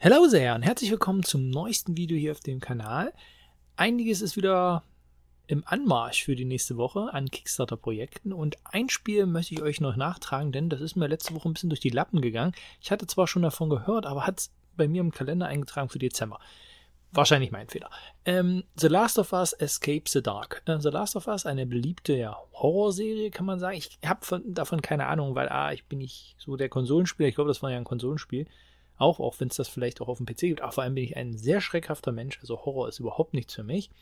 Hallo sehr und herzlich willkommen zum neuesten Video hier auf dem Kanal. Einiges ist wieder im Anmarsch für die nächste Woche an Kickstarter-Projekten und ein Spiel möchte ich euch noch nachtragen, denn das ist mir letzte Woche ein bisschen durch die Lappen gegangen. Ich hatte zwar schon davon gehört, aber hat es bei mir im Kalender eingetragen für Dezember. Wahrscheinlich mein Fehler. The Last of Us Escape the Dark. The Last of Us, eine beliebte Horrorserie, kann man sagen. Ich habe davon keine Ahnung, weil ich bin nicht so der Konsolenspieler. Ich glaube, das war ja ein Konsolenspiel. Auch wenn es das vielleicht auch auf dem PC gibt. Aber vor allem bin ich ein sehr schreckhafter Mensch. Also Horror ist überhaupt nichts für mich.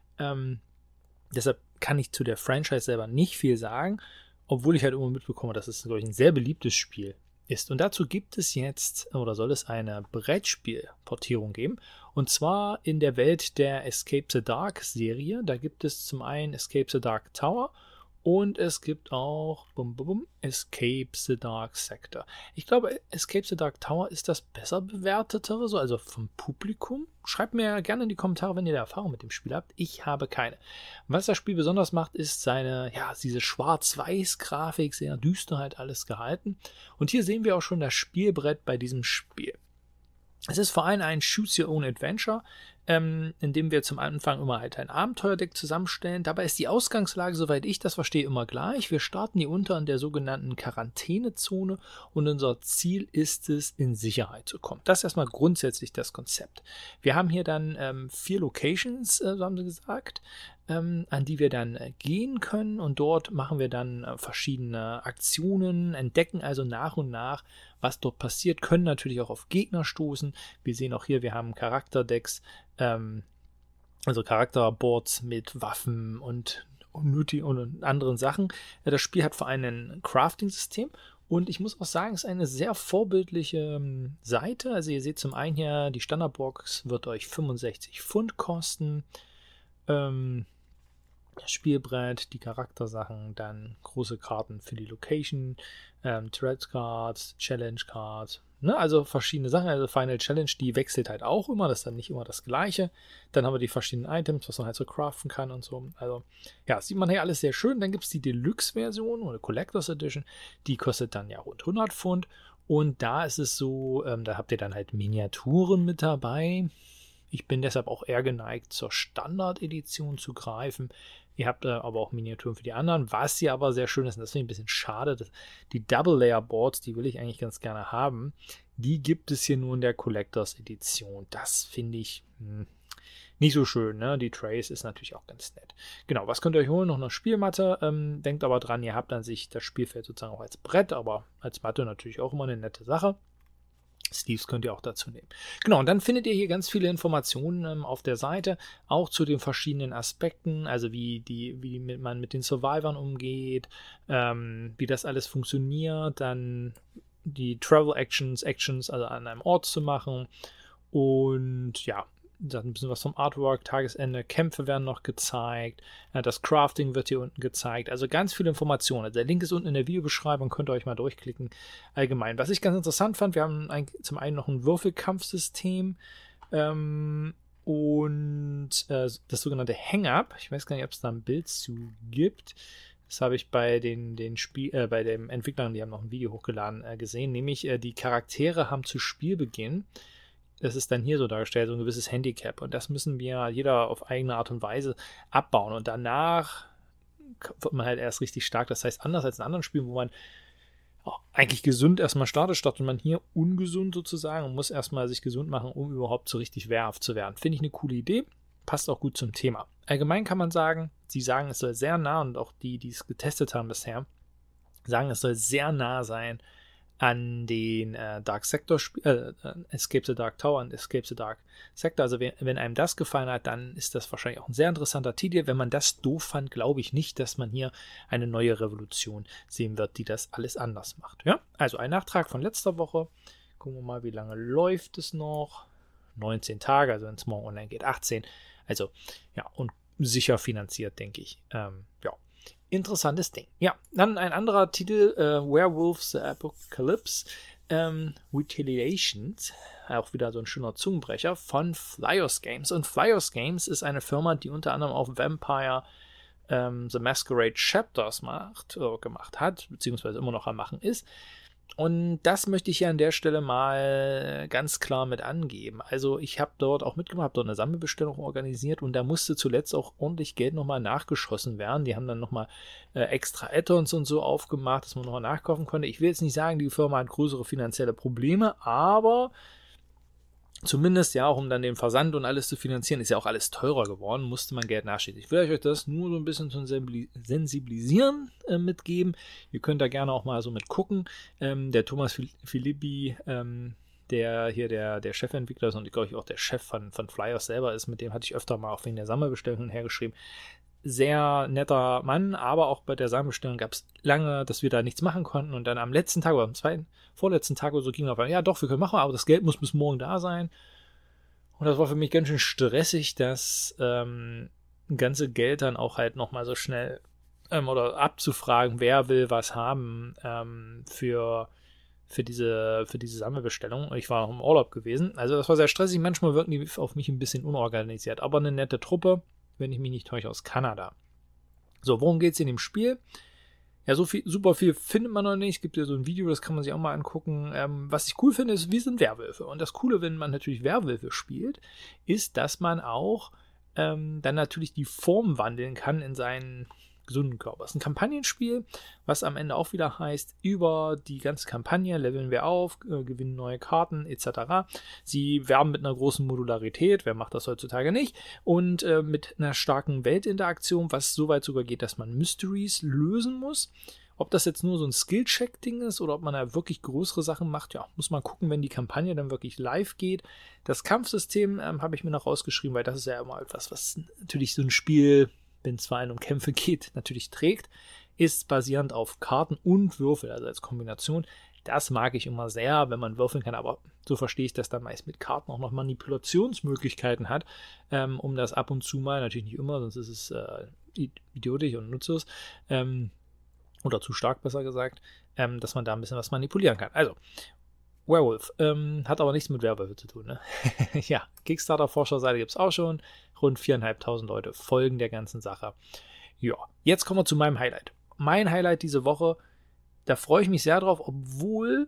Deshalb kann ich zu der Franchise selber nicht viel sagen. Obwohl ich halt immer mitbekomme, dass es, glaube ich, ein sehr beliebtes Spiel ist. Und dazu gibt es jetzt, oder soll es eine Brettspiel-Portierung geben. Und zwar in der Welt der Escape the Dark Serie. Da gibt es zum einen Escape the Dark Tower. Und es gibt auch Escape the Dark Sector. Ich glaube, Escape the Dark Tower ist das besser bewertetere, also vom Publikum. Schreibt mir gerne in die Kommentare, wenn ihr da Erfahrung mit dem Spiel habt. Ich habe keine. Was das Spiel besonders macht, ist diese Schwarz-Weiß-Grafik, sehr düster halt alles gehalten. Und hier sehen wir auch schon das Spielbrett bei diesem Spiel. Es ist vor allem ein Choose-Your-Own-Adventure, in dem wir zum Anfang immer halt ein Abenteuerdeck zusammenstellen. Dabei ist die Ausgangslage, soweit ich das verstehe, immer gleich. Wir starten hier unter in der sogenannten Quarantänezone und unser Ziel ist es, in Sicherheit zu kommen. Das ist erstmal grundsätzlich das Konzept. Wir haben hier dann 4 Locations, so haben sie gesagt, an die wir dann gehen können und dort machen wir dann verschiedene Aktionen, entdecken also nach und nach, was dort passiert, können natürlich auch auf Gegner stoßen. Wir sehen auch hier, wir haben Charakterdecks, also Charakterboards mit Waffen und anderen Sachen. Das Spiel hat vor allem ein Crafting-System und ich muss auch sagen, es ist eine sehr vorbildliche Seite. Also ihr seht zum einen hier, die Standardbox wird euch 65 Pfund kosten. Das Spielbrett, die Charaktersachen, dann große Karten für die Location, Thread Cards, Challenge Cards, also verschiedene Sachen. Also Final Challenge, die wechselt halt auch immer, das ist dann nicht immer das gleiche. Dann haben wir die verschiedenen Items, was man halt so craften kann und so. Also ja, sieht man hier alles sehr schön. Dann gibt es die Deluxe-Version oder Collectors Edition, die kostet dann ja rund 100 Pfund. Und da ist es so, da habt ihr dann halt Miniaturen mit dabei. Ich bin deshalb auch eher geneigt, zur Standard-Edition zu greifen. Ihr habt aber auch Miniaturen für die anderen. Was hier aber sehr schön ist, und das finde ich ein bisschen schade, die Double-Layer-Boards, die will ich eigentlich ganz gerne haben, die gibt es hier nur in der Collectors-Edition. Das finde ich nicht so schön. Ne? Die Trays ist natürlich auch ganz nett. Genau, was könnt ihr euch holen? Noch eine Spielmatte. Denkt aber dran, ihr habt an sich das Spielfeld sozusagen auch als Brett, aber als Matte natürlich auch immer eine nette Sache. Sleeves könnt ihr auch dazu nehmen. Genau, und dann findet ihr hier ganz viele Informationen auf der Seite, auch zu den verschiedenen Aspekten, also wie man mit den Survivern umgeht, wie das alles funktioniert, dann die Travel Actions, also an einem Ort zu machen und ja, dann ein bisschen was vom Artwork, Tagesende, Kämpfe werden noch gezeigt, das Crafting wird hier unten gezeigt, also ganz viele Informationen. Also der Link ist unten in der Videobeschreibung, könnt ihr euch mal durchklicken. Allgemein, was ich ganz interessant fand, wir haben zum einen noch ein Würfelkampfsystem und das sogenannte Hang-Up. Ich weiß gar nicht, ob es da ein Bild zu gibt. Das habe ich bei den Entwicklern, die haben noch ein Video hochgeladen, gesehen, nämlich die Charaktere haben zu Spielbeginn, das ist dann hier so dargestellt, so ein gewisses Handicap. Und das müssen wir jeder auf eigene Art und Weise abbauen. Und danach wird man halt erst richtig stark. Das heißt, anders als in anderen Spielen, wo man eigentlich gesund erstmal startet man hier ungesund sozusagen und muss erstmal sich gesund machen, um überhaupt so richtig wehrhaft zu werden. Finde ich eine coole Idee. Passt auch gut zum Thema. Allgemein kann man sagen, sie sagen, es soll sehr nah, und auch die es getestet haben bisher, sagen, es soll sehr nah sein an den Dark Sector, Escape the Dark Tower und Escape the Dark Sector. Also wenn einem das gefallen hat, dann ist das wahrscheinlich auch ein sehr interessanter Titel. Wenn man das doof fand, glaube ich nicht, dass man hier eine neue Revolution sehen wird, die das alles anders macht. Ja? Also ein Nachtrag von letzter Woche. Gucken wir mal, wie lange läuft es noch. 19 Tage, also wenn es morgen online geht, 18. Also ja, und sicher finanziert, denke ich. Ja. Interessantes Ding. Ja, dann ein anderer Titel, Werewolves the Apocalypse, Retaliations, auch wieder so ein schöner Zungenbrecher, von Flyers Games. Und Flyers Games ist eine Firma, die unter anderem auch Vampire The Masquerade Chapters gemacht hat, beziehungsweise immer noch am Machen ist. Und das möchte ich hier an der Stelle mal ganz klar mit angeben. Also ich habe dort auch mitgemacht, habe dort eine Sammelbestellung organisiert und da musste zuletzt auch ordentlich Geld nochmal nachgeschossen werden. Die haben dann nochmal extra Add-ons und so aufgemacht, dass man nochmal nachkaufen konnte. Ich will jetzt nicht sagen, die Firma hat größere finanzielle Probleme, aber zumindest ja auch, um dann den Versand und alles zu finanzieren, ist ja auch alles teurer geworden, musste man Geld nachschießen. Ich will euch das nur so ein bisschen zum Sensibilisieren mitgeben. Ihr könnt da gerne auch mal so mit gucken. Der Thomas Filippi, der hier der Chefentwickler ist und ich glaube auch der Chef von Flyers selber ist, mit dem hatte ich öfter mal auch wegen der Sammelbestellung hin und her geschrieben. Sehr netter Mann, aber auch bei der Sammelbestellung gab es lange, dass wir da nichts machen konnten und dann am letzten Tag oder am vorletzten Tag oder so ging auf einmal, ja doch, wir können machen, aber das Geld muss bis morgen da sein. Und das war für mich ganz schön stressig, das ganze Geld dann auch halt nochmal so schnell oder abzufragen, wer will was haben für diese Sammelbestellung. Ich war auch im Urlaub gewesen, also das war sehr stressig, manchmal wirken die auf mich ein bisschen unorganisiert, aber eine nette Truppe, wenn ich mich nicht täusche, aus Kanada. So, worum geht es in dem Spiel? Ja, super viel findet man noch nicht. Es gibt ja so ein Video, das kann man sich auch mal angucken. Was ich cool finde, ist, wir sind Werwölfe. Und das Coole, wenn man natürlich Werwölfe spielt, ist, dass man auch dann natürlich die Form wandeln kann in seinen gesunden Körper. Es ist ein Kampagnenspiel, was am Ende auch wieder heißt, über die ganze Kampagne leveln wir auf, gewinnen neue Karten etc. Sie werben mit einer großen Modularität, wer macht das heutzutage nicht, und mit einer starken Weltinteraktion, was so weit sogar geht, dass man Mysteries lösen muss. Ob das jetzt nur so ein Skill-Check-Ding ist oder ob man da wirklich größere Sachen macht, ja, muss man gucken, wenn die Kampagne dann wirklich live geht. Das Kampfsystem habe ich mir noch rausgeschrieben, weil das ist ja immer etwas, was natürlich so ein Spiel, wenn es vor allem um Kämpfe geht, natürlich trägt, ist basierend auf Karten und Würfel, also als Kombination. Das mag ich immer sehr, wenn man würfeln kann, aber so verstehe ich, dass dann meist mit Karten auch noch Manipulationsmöglichkeiten hat, um das ab und zu mal, natürlich nicht immer, sonst ist es idiotisch und nutzlos, oder zu stark besser gesagt, dass man da ein bisschen was manipulieren kann. Also, Werewolf, hat aber nichts mit Werwölfe zu tun, ne? Ja, Kickstarter-Forscherseite gibt es auch schon. Rund 4.500 Leute folgen der ganzen Sache. Ja, jetzt kommen wir zu meinem Highlight. Mein Highlight diese Woche, da freue ich mich sehr drauf, obwohl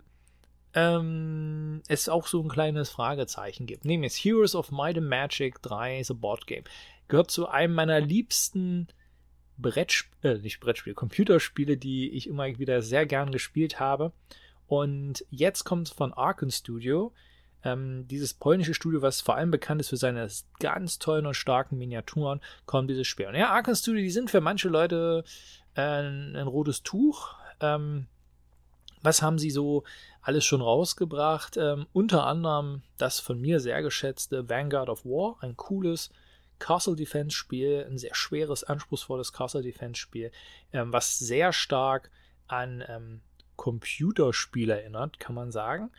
es auch so ein kleines Fragezeichen gibt. Nämlich Heroes of Might and Magic 3 The Board Game. Gehört zu einem meiner liebsten Computerspiele, die ich immer wieder sehr gern gespielt habe. Und jetzt kommt von Arkane Studio, dieses polnische Studio, was vor allem bekannt ist für seine ganz tollen und starken Miniaturen, kommt dieses Spiel. Und ja, Arkane Studio, die sind für manche Leute ein rotes Tuch. Was haben sie so alles schon rausgebracht? Unter anderem das von mir sehr geschätzte Vanguard of War, ein cooles Castle Defense Spiel, ein sehr schweres, anspruchsvolles Castle Defense Spiel, was sehr stark an Computerspiel erinnert, kann man sagen.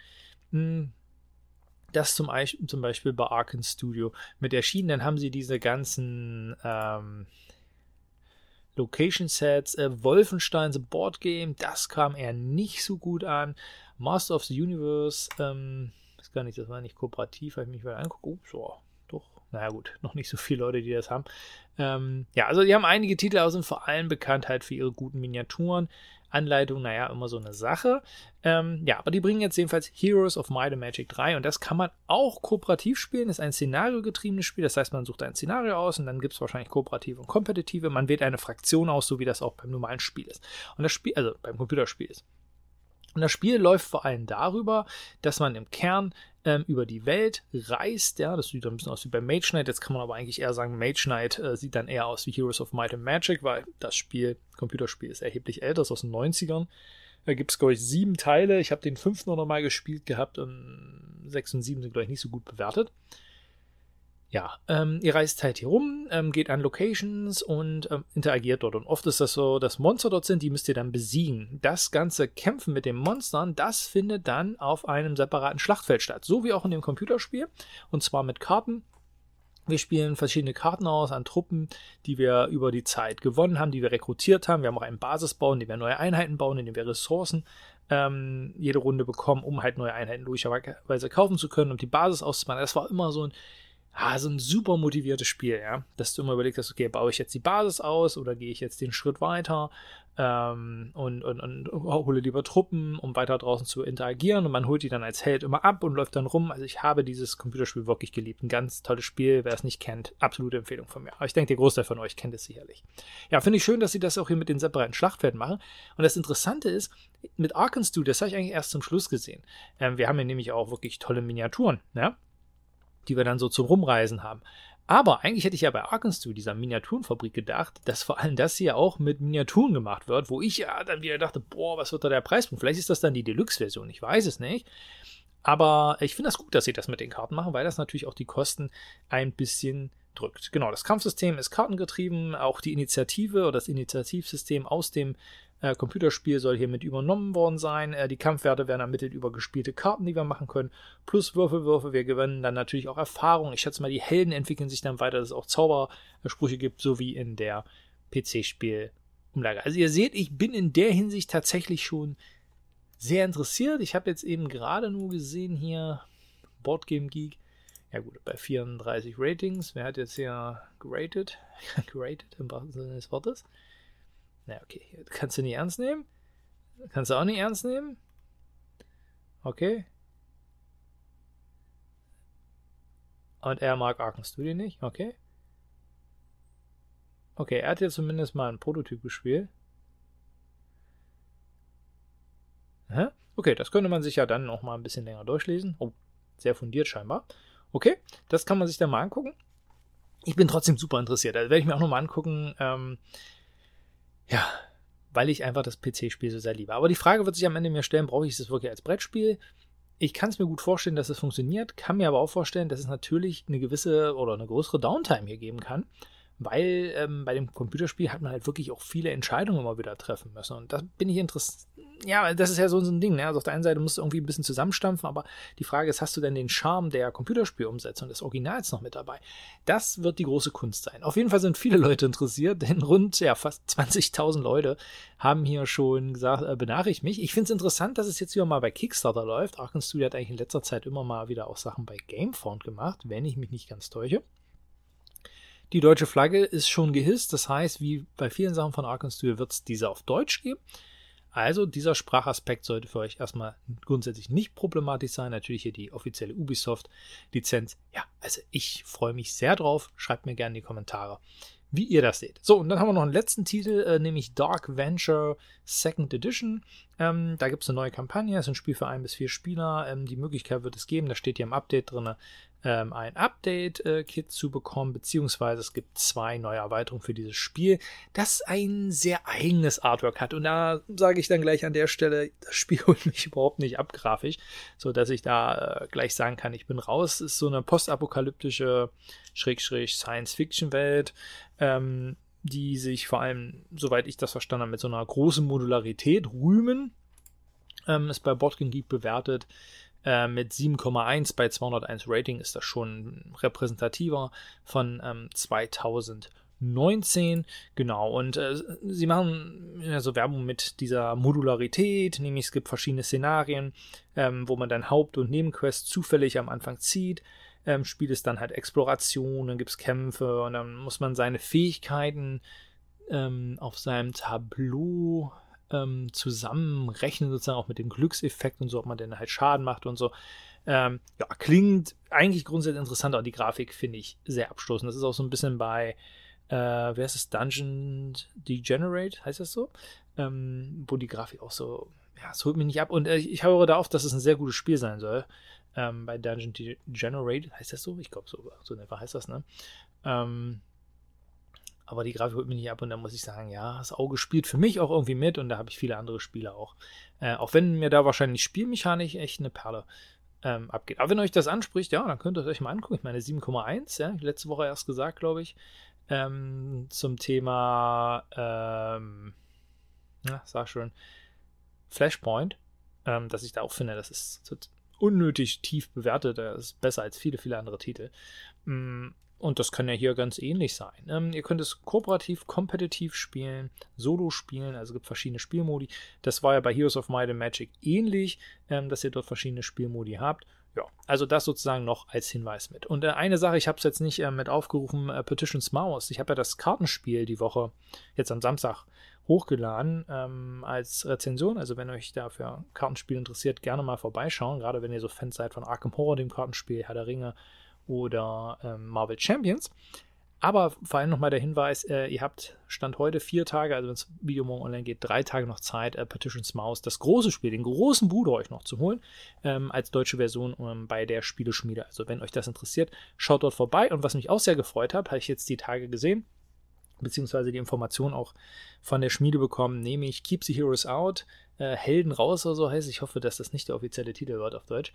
Das zum Beispiel bei Arkane Studio mit erschienen. Dann haben sie diese ganzen Location Sets, Wolfenstein The Board Game, das kam eher nicht so gut an. Master of the Universe, ist gar nicht, das war nicht kooperativ, habe ich mich mal angeguckt. Ups, oh, doch. Naja gut, noch nicht so viele Leute, die das haben. Ja, also die haben einige Titel aus und vor allem bekannt halt für ihre guten Miniaturen. Anleitung, naja, immer so eine Sache. Ja, aber die bringen jetzt jedenfalls Heroes of Might and Magic 3 und das kann man auch kooperativ spielen. Das ist ein szenario-getriebenes Spiel, das heißt, man sucht ein Szenario aus und dann gibt es wahrscheinlich kooperative und kompetitive. Man wählt eine Fraktion aus, so wie das auch beim normalen Spiel ist. Und das Spiel, also beim Computerspiel ist. Und das Spiel läuft vor allem darüber, dass man im Kern über die Welt reist. Ja, das sieht ein bisschen aus wie bei Mage Knight. Jetzt kann man aber eigentlich eher sagen, Mage Knight sieht dann eher aus wie Heroes of Might and Magic, weil das Computerspiel ist erheblich älter, ist aus den 90ern. Da gibt es, glaube ich, 7 Teile. Ich habe den 5. noch mal gespielt gehabt und 6 und 7 sind, glaube ich, nicht so gut bewertet. Ja, ihr reist halt hier rum, geht an Locations und interagiert dort. Und oft ist das so, dass Monster dort sind, die müsst ihr dann besiegen. Das ganze Kämpfen mit den Monstern, das findet dann auf einem separaten Schlachtfeld statt. So wie auch in dem Computerspiel. Und zwar mit Karten. Wir spielen verschiedene Karten aus an Truppen, die wir über die Zeit gewonnen haben, die wir rekrutiert haben. Wir haben auch einen Basisbau, in dem wir neue Einheiten bauen, in dem wir Ressourcen jede Runde bekommen, um halt neue Einheiten logischerweise kaufen zu können, um die Basis auszubauen. Das war immer so ein so ein super motiviertes Spiel, ja, dass du immer überlegst, hast, okay, baue ich jetzt die Basis aus oder gehe ich jetzt den Schritt weiter und hole lieber Truppen, um weiter draußen zu interagieren, und man holt die dann als Held immer ab und läuft dann rum. Also ich habe dieses Computerspiel wirklich geliebt. Ein ganz tolles Spiel, wer es nicht kennt, absolute Empfehlung von mir. Aber ich denke, der Großteil von euch kennt es sicherlich. Ja, finde ich schön, dass sie das auch hier mit den separaten Schlachtfelden machen. Und das Interessante ist, mit Arkane Studio, das habe ich eigentlich erst zum Schluss gesehen. Wir haben hier nämlich auch wirklich tolle Miniaturen, ja, die wir dann so zum Rumreisen haben. Aber eigentlich hätte ich ja bei Arkane Studio, dieser Miniaturenfabrik, gedacht, dass vor allem das hier auch mit Miniaturen gemacht wird, wo ich ja dann wieder dachte, boah, was wird da der Preispunkt? Vielleicht ist das dann die Deluxe-Version, ich weiß es nicht. Aber ich finde das gut, dass sie das mit den Karten machen, weil das natürlich auch die Kosten ein bisschen drückt. Genau, das Kampfsystem ist kartengetrieben, auch die Initiative oder das Initiativsystem aus dem Computerspiel soll hier mit übernommen worden sein. Die Kampfwerte werden ermittelt über gespielte Karten, die wir machen können, plus Würfelwürfe. Wir gewinnen dann natürlich auch Erfahrung. Ich schätze mal, die Helden entwickeln sich dann weiter, dass es auch Zaubersprüche gibt, so wie in der PC-Spiel-Umlage. Also ihr seht, ich bin in der Hinsicht tatsächlich schon sehr interessiert. Ich habe jetzt eben gerade nur gesehen hier, Boardgame Geek, ja gut, bei 34 Ratings. Wer hat jetzt hier geratet? Geratet im wahrsten Sinne des Wortes. Na, okay, kannst du nicht ernst nehmen? Kannst du auch nicht ernst nehmen? Okay. Und er mag Arkane Studio nicht? Okay. Okay, er hat jetzt zumindest mal einen Prototyp gespielt. Okay, das könnte man sich ja dann noch mal ein bisschen länger durchlesen. Oh, sehr fundiert scheinbar. Okay, das kann man sich dann mal angucken. Ich bin trotzdem super interessiert. Also werde ich mir auch noch mal angucken. Ja, weil ich einfach das PC-Spiel so sehr liebe. Aber die Frage wird sich am Ende mir stellen, brauche ich es wirklich als Brettspiel? Ich kann es mir gut vorstellen, dass es funktioniert, kann mir aber auch vorstellen, dass es natürlich eine gewisse oder eine größere Downtime hier geben kann, weil bei dem Computerspiel hat man halt wirklich auch viele Entscheidungen immer wieder treffen müssen. Und da bin ich interessiert. Ja, das ist ja so ein Ding, ne? Also auf der einen Seite musst du irgendwie ein bisschen zusammenstampfen, aber die Frage ist, hast du denn den Charme der Computerspielumsetzung des Originals noch mit dabei? Das wird die große Kunst sein. Auf jeden Fall sind viele Leute interessiert, denn fast 20.000 Leute haben hier schon gesagt, benachrichtigt mich. Ich finde es interessant, dass es jetzt wieder mal bei Kickstarter läuft. Arkane Studio hat eigentlich in letzter Zeit immer mal wieder auch Sachen bei Gamefound gemacht, wenn ich mich nicht ganz täusche. Die deutsche Flagge ist schon gehisst, das heißt, wie bei vielen Sachen von Arkane Studio wird es diese auf Deutsch geben. Also dieser Sprachaspekt sollte für euch erstmal grundsätzlich nicht problematisch sein. Natürlich hier die offizielle Ubisoft-Lizenz. Ja, also ich freue mich sehr drauf. Schreibt mir gerne in die Kommentare, wie ihr das seht. So, und dann haben wir noch einen letzten Titel, nämlich Dark Venture Second Edition. Da gibt es eine neue Kampagne, das ist ein Spiel für 1 bis 4 Spieler. Die Möglichkeit wird es geben, da steht hier im Update drin, ein Update-Kit zu bekommen, beziehungsweise es gibt 2 neue Erweiterungen für dieses Spiel, das ein sehr eigenes Artwork hat. Und da sage ich dann gleich an der Stelle, das Spiel holt mich überhaupt nicht ab grafisch, sodass ich da gleich sagen kann, ich bin raus. Es ist so eine postapokalyptische Science-Fiction-Welt, die sich vor allem, soweit ich das verstanden habe, mit so einer großen Modularität rühmen. Ist bei Boardgame Geek bewertet mit 7,1 bei 201 Rating, ist das schon repräsentativer von 2019. Genau, und sie machen so Werbung mit dieser Modularität, nämlich es gibt verschiedene Szenarien, wo man dann Haupt- und Nebenquests zufällig am Anfang zieht. Spiel ist dann halt Exploration, dann gibt es Kämpfe und dann muss man seine Fähigkeiten auf seinem Tableau zusammenrechnen, sozusagen auch mit dem Glückseffekt und so, ob man denn halt Schaden macht und so. Ja, klingt eigentlich grundsätzlich interessant, aber die Grafik finde ich sehr abstoßend. Das ist auch so ein bisschen bei, wer ist es, Dungeon Degenerate, heißt das so? Wo die Grafik auch so, ja, es holt mich nicht ab. Und ich höre da auf, dass es ein sehr gutes Spiel sein soll. Bei Dungeon Degenerate, heißt das so? Ich glaube, so einfach heißt das, ne? Aber die Grafik holt mich nicht ab und da muss ich sagen, ja, das Auge spielt für mich auch irgendwie mit und da habe ich viele andere Spiele auch. Auch wenn mir da wahrscheinlich Spielmechanik echt eine Perle abgeht. Aber wenn euch das anspricht, ja, dann könnt ihr euch mal angucken. Ich meine 7,1, ja, letzte Woche erst gesagt, glaube ich, zum Thema, sag schon, Flashpoint, dass ich da auch finde, das ist unnötig tief bewertet, das ist besser als viele, viele andere Titel. Und das kann ja hier ganz ähnlich sein. Ihr könnt es kooperativ, kompetitiv spielen, solo spielen, also es gibt verschiedene Spielmodi. Das war ja bei Heroes of Might and Magic ähnlich, dass ihr dort verschiedene Spielmodi habt. Ja, also das sozusagen noch als Hinweis mit. Und eine Sache, ich habe es jetzt nicht mit aufgerufen, Petitions Maus. Ich habe ja das Kartenspiel die Woche, jetzt am Samstag, hochgeladen als Rezension. Also wenn euch dafür Kartenspiel interessiert, gerne mal vorbeischauen. Gerade wenn ihr so Fans seid von Arkham Horror, dem Kartenspiel, Herr der Ringe oder Marvel Champions. Aber vor allem nochmal der Hinweis, ihr habt Stand heute 4 Tage, also wenn das Video morgen online geht, 3 Tage noch Zeit, Petitions Maus, das große Spiel, den großen Bruder euch noch zu holen, als deutsche Version bei der Spieleschmiede. Also wenn euch das interessiert, schaut dort vorbei. Und was mich auch sehr gefreut hat, habe ich jetzt die Tage gesehen, beziehungsweise die Information auch von der Schmiede bekommen, nämlich Keep the Heroes Out, Helden raus oder so heißt. Ich hoffe, dass das nicht der offizielle Titel wird auf Deutsch.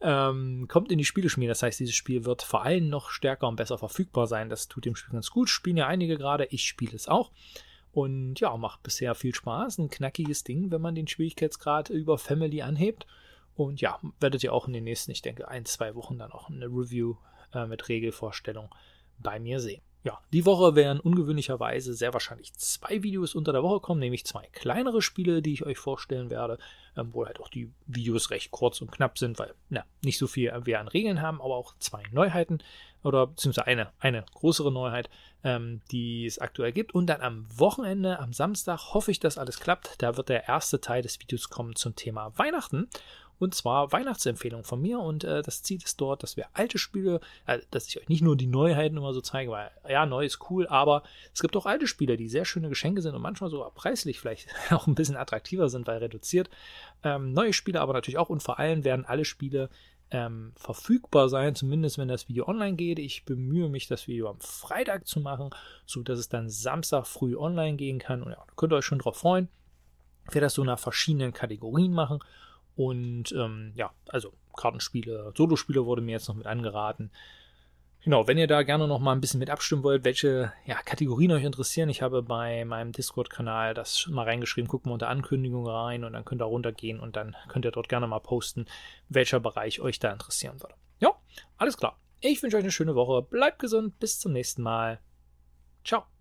Kommt in die Spieleschmiede. Das heißt, dieses Spiel wird vor allem noch stärker und besser verfügbar sein. Das tut dem Spiel ganz gut. Spielen ja einige gerade. Ich spiele es auch. Und ja, macht bisher viel Spaß. Ein knackiges Ding, wenn man den Schwierigkeitsgrad über Family anhebt. Und ja, werdet ihr auch in den nächsten, ich denke, 1-2 Wochen dann auch eine Review mit Regelvorstellung bei mir sehen. Ja, die Woche werden ungewöhnlicherweise sehr wahrscheinlich 2 Videos unter der Woche kommen, nämlich 2 kleinere Spiele, die ich euch vorstellen werde, wo halt auch die Videos recht kurz und knapp sind, weil nicht so viel wir an Regeln haben, aber auch 2 Neuheiten oder beziehungsweise eine größere Neuheit, die es aktuell gibt. Und dann am Wochenende, am Samstag, hoffe ich, dass alles klappt. Da wird der erste Teil des Videos kommen zum Thema Weihnachten. Und zwar Weihnachtsempfehlung von mir und das Ziel ist dort, dass wir alte Spiele, dass ich euch nicht nur die Neuheiten immer so zeige, weil ja, neu ist cool, aber es gibt auch alte Spiele, die sehr schöne Geschenke sind und manchmal sogar preislich vielleicht auch ein bisschen attraktiver sind, weil reduziert. Neue Spiele aber natürlich auch und vor allem werden alle Spiele verfügbar sein, zumindest wenn das Video online geht. Ich bemühe mich, das Video am Freitag zu machen, so dass es dann Samstag früh online gehen kann und ja, da könnt ihr euch schon drauf freuen. Ich werde das so nach verschiedenen Kategorien machen. Und ja, also Kartenspiele, Solospiele wurde mir jetzt noch mit angeraten. Genau, wenn ihr da gerne noch mal ein bisschen mit abstimmen wollt, welche Kategorien euch interessieren, ich habe bei meinem Discord-Kanal das mal reingeschrieben, guckt mal unter Ankündigungen rein und dann könnt ihr runtergehen und dann könnt ihr dort gerne mal posten, welcher Bereich euch da interessieren würde. Ja, alles klar. Ich wünsche euch eine schöne Woche, bleibt gesund, bis zum nächsten Mal. Ciao.